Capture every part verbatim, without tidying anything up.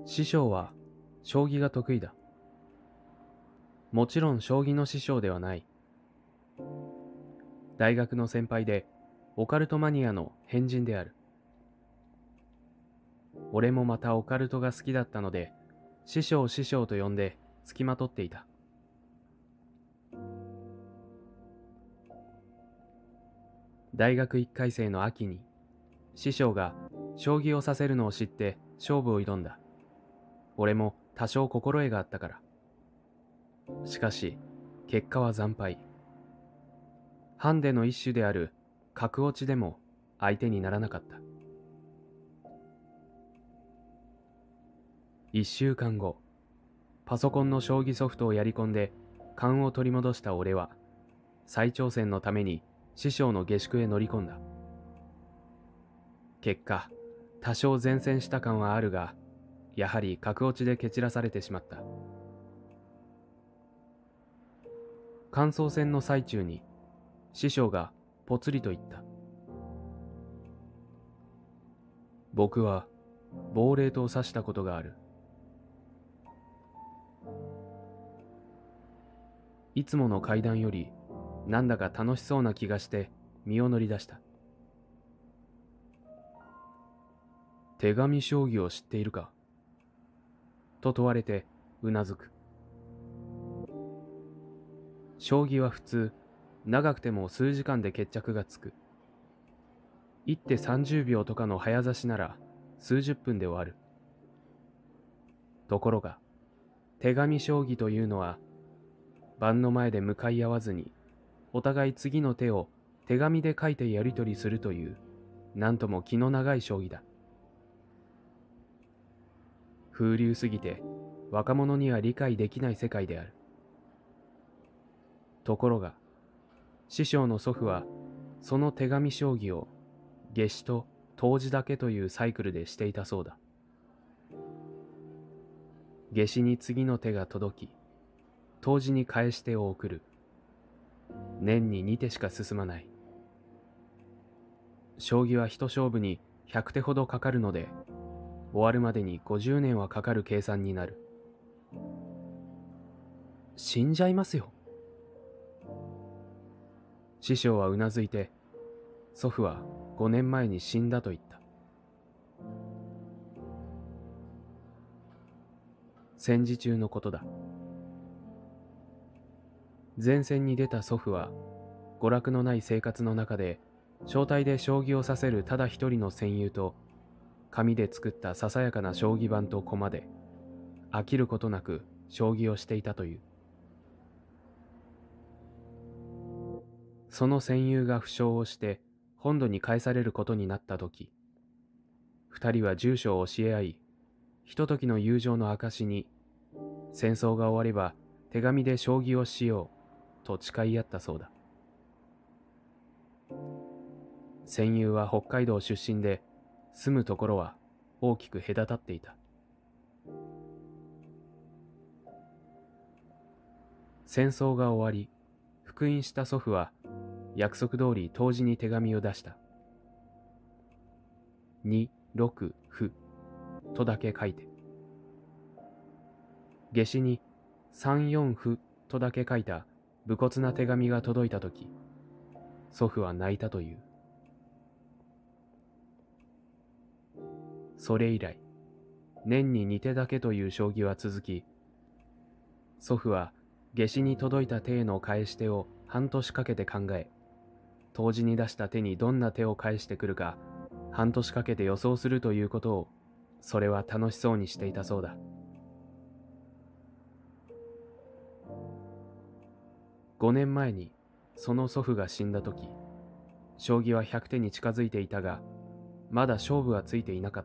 師匠は将棋が得意だ。もちろん将棋の師匠ではない。大学の先輩でオカルトマニアの変人である。俺もまたオカルトが好きだったので、師匠師匠と呼んで付きまとっていた。大学一回生の秋に師匠が将棋をさせるのを知って勝負を挑んだ。俺も多少心得があったから。しかし結果は惨敗。ハンデの一種である角落ちでも相手にならなかった。一週間後、パソコンの将棋ソフトをやり込んで勘を取り戻した俺は、再挑戦のために師匠の下宿へ乗り込んだ。結果、多少善戦した感はあるが、やはり角落ちで蹴散らされてしまった。感想戦の最中に、師匠がぽつりと言った。僕は亡霊と指したことがある。いつもの階段よりなんだか楽しそうな気がして身を乗り出した。手紙将棋を知っているかと問われてうなずく。将棋は普通、長くても数時間で決着がつく。一手さんじゅうびょうとかの早指しなら数十分で終わる。ところが、手紙将棋というのは、盤の前で向かい合わずに、お互い次の手を手紙で書いてやり取りするという、なんとも気の長い将棋だ。風流すぎて、若者には理解できない世界である。ところが、師匠の祖父は、その手紙将棋を、夏至と冬至だけというサイクルでしていたそうだ。夏至に次の手が届き、冬至に返し手を送る。年にに手しか進まない。将棋は一勝負にひゃく手ほどかかるので、終わるまでにごじゅうねんはかかる計算になる。死んじゃいますよ。師匠はうなずいて、祖父はごねんまえに死んだと言った。戦時中のことだ。前線に出た祖父は、娯楽のない生活の中で、招待で将棋を指せるただ一人の戦友と、紙で作ったささやかな将棋盤と駒で、飽きることなく将棋をしていたという。その戦友が負傷をして本土に返されることになったとき、二人は住所を教え合い、ひとときの友情の証に、戦争が終われば手紙で将棋をしようと誓い合ったそうだ。戦友は北海道出身で、住むところは大きく隔たっていた。戦争が終わり、復員した祖父は約束通り冬至に手紙を出した。に、ろく、歩とだけ書いて。夏至にさん、よん歩とだけ書いた武骨な手紙が届いたとき、祖父は泣いたという。それ以来、年にに手だけという将棋は続き、祖父は夏至に届いた手への返し手を半年かけて考え、冬至に出した手にどんな手を返してくるか、半年かけて予想するということを、それは楽しそうにしていたそうだ。ごねんまえにその祖父が死んだとき、将棋はひゃく手に近づいていたが、まだ勝負はついていなかった。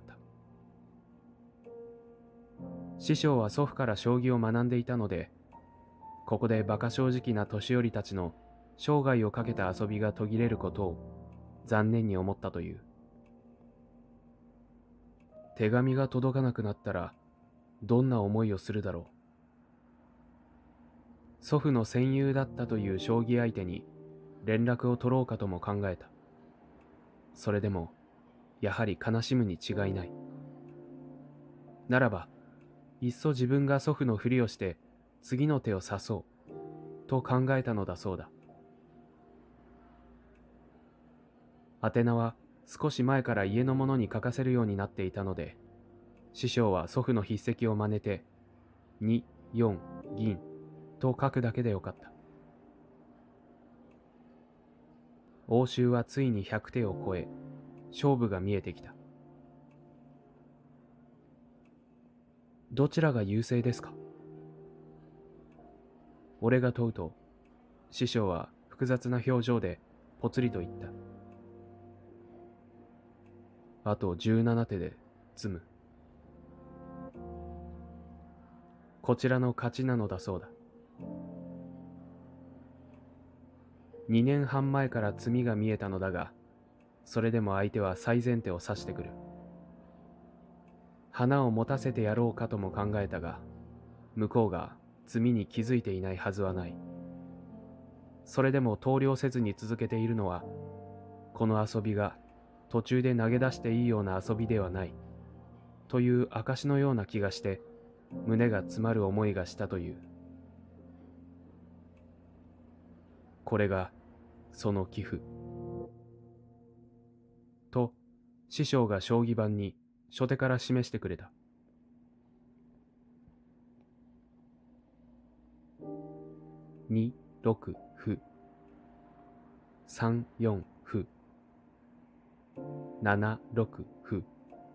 師匠は祖父から将棋を学んでいたので、ここで馬鹿正直な年寄りたちの生涯をかけた遊びが途切れることを残念に思ったという。手紙が届かなくなったらどんな思いをするだろう。祖父の戦友だったという将棋相手に連絡を取ろうかとも考えた。それでもやはり悲しむに違いない。ならばいっそ自分が祖父のふりをして次の手を指そうと考えたのだそうだ。宛名は少し前から家の者に書かせるようになっていたので、師匠は祖父の筆跡を真似てに、よん、銀と書くだけでよかった。応酬はついにひゃく手を超え、勝負が見えてきた。どちらが優勢ですか？俺が問うと、師匠は複雑な表情でぽつりと言った。あとじゅうなな手で詰む。こちらの勝ちなのだそうだ。にねんはん前から詰みが見えたのだが、それでも相手は最前手を指してくる。花を持たせてやろうかとも考えたが、向こうが詰みに気づいていないはずはない。それでも投了せずに続けているのは、この遊びが途中で投げ出していいような遊びではないという証のような気がして、胸が詰まる思いがしたという。これがその寄付と、師匠が将棋盤に初手から示してくれた。に、ろく、歩。さん、よん、歩。なな、ろく、歩。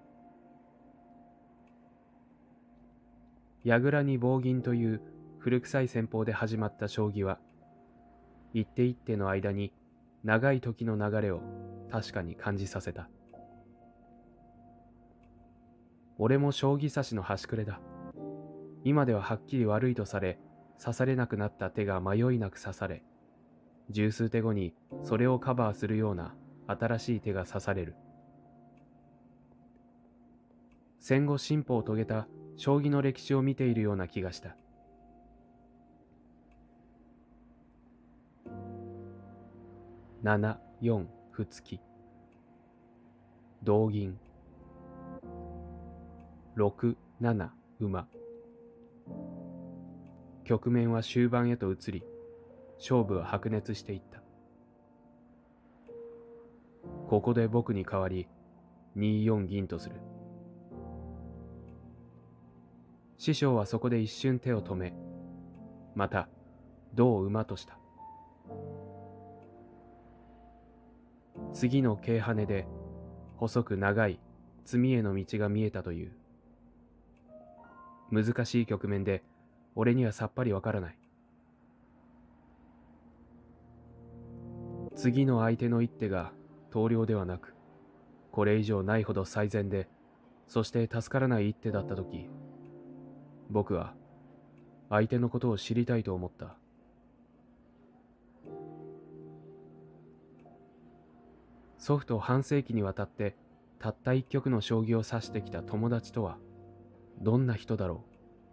櫓に棒銀という古臭い戦法で始まった将棋は、一手一手の間に長い時の流れを確かに感じさせた。俺も将棋指しの端くれだ。今でははっきり悪いとされ、指されなくなった手が迷いなく指され、十数手後にそれをカバーするような新しい手が指される。戦後進歩を遂げた将棋の歴史を見ているような気がした。なな、よん、歩突き。同銀。ろく、なな、馬。局面は終盤へと移り、勝負は白熱していった。ここで僕に代わり、に、よん銀とする。師匠はそこで一瞬手を止め、また、同馬とした。次の桂跳ねで、細く長い詰みへの道が見えたという。難しい局面で、俺にはさっぱりわからない。次の相手の一手が投了ではなく、これ以上ないほど最善で、そして助からない一手だったとき、僕は相手のことを知りたいと思った。祖父と半世紀にわたってたった一局の将棋を指してきた友達とはどんな人だろ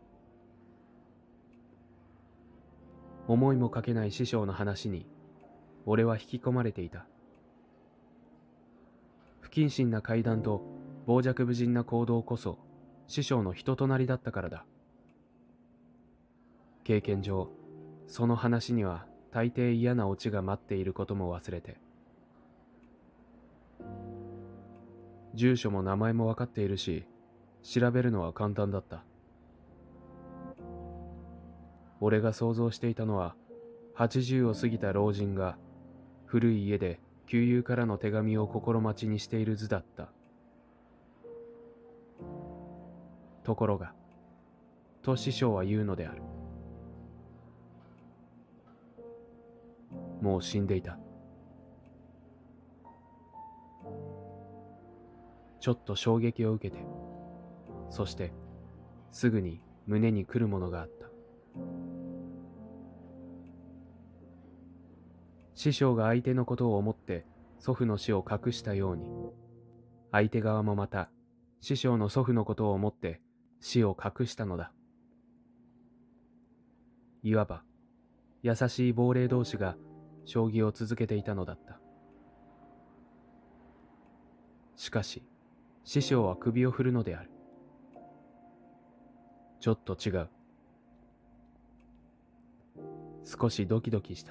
う。思いもかけない師匠の話に俺は引き込まれていた。不謹慎な階段と傍若無人な行動こそ師匠の人となりだったからだ。経験上、その話には大抵嫌なオチが待っていることも忘れて。住所も名前も分かっているし、調べるのは簡単だった。俺が想像していたのは、はちじゅうを過ぎた老人が古い家で旧友からの手紙を心待ちにしている図だった。ところが、と師匠は言うのである。もう死んでいた。ちょっと衝撃を受けて、そしてすぐに胸に来るものがあった。師匠が相手のことを思って祖父の死を隠したように、相手側もまた師匠の祖父のことを思って死を隠したのだ。いわば優しい亡霊同士が将棋を続けていたのだった。しかし師匠は首を振るのである。 ちょっと違う。少しドキドキした。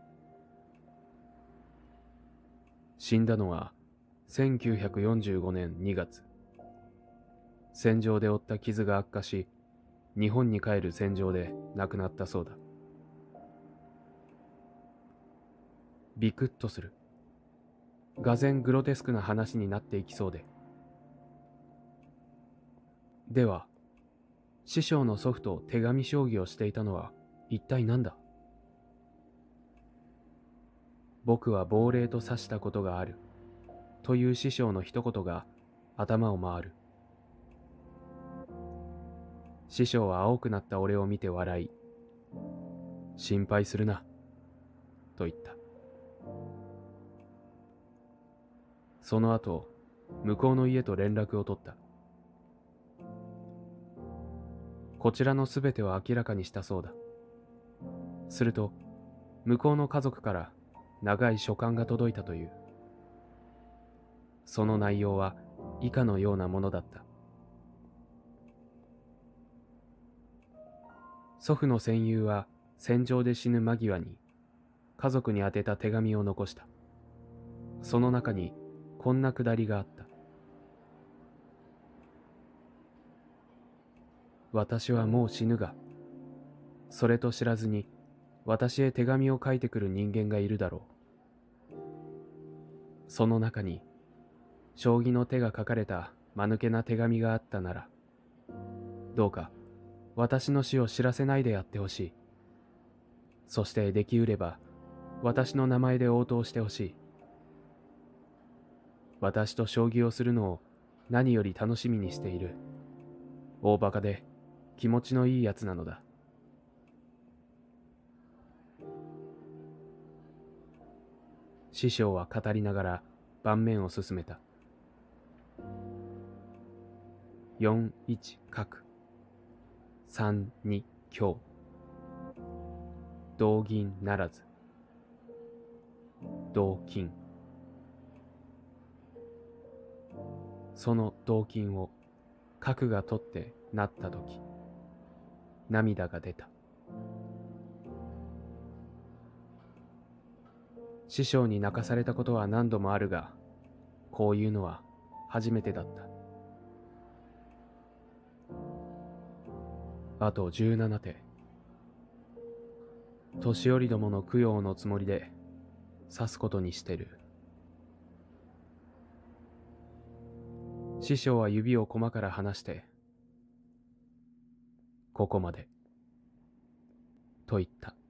死んだのはせんきゅうひゃくよんじゅうごねんにがつ。戦場で負った傷が悪化し、日本に帰る戦場で亡くなったそうだ。ビクッとする。がぜんグロテスクな話になっていきそうで。では、師匠の祖父と手紙将棋をしていたのは一体何だ？僕は亡霊と指したことがあるという師匠の一言が頭を回る。師匠は青くなった俺を見て笑い、心配するなと言った。その後、向こうの家と連絡を取った。こちらのすべてを明らかにしたそうだ。すると、向こうの家族から長い書簡が届いたという。その内容は以下のようなものだった。祖父の戦友は戦場で死ぬ間際に家族に宛てた手紙を残した。その中にこんなくだりがあった。私はもう死ぬが、それと知らずに私へ手紙を書いてくる人間がいるだろう。その中に将棋の手が書かれた間抜けな手紙があったなら、どうか私の死を知らせないでやってほしい。そしてできうれば私の名前で応答してほしい。私と将棋をするのを何より楽しみにしている。大バカで気持ちのいいやつなのだ。師匠は語りながら盤面を進めた。よんいち角、さんに香、同銀ならず、同金。その同金を角が取ってなったとき、涙が出た。師匠に泣かされたことは何度もあるが、こういうのは初めてだった。あとじゅうなな手。年寄りどもの供養のつもりで指すことにしてる。師匠は指を駒から離して、ここまで、と言った。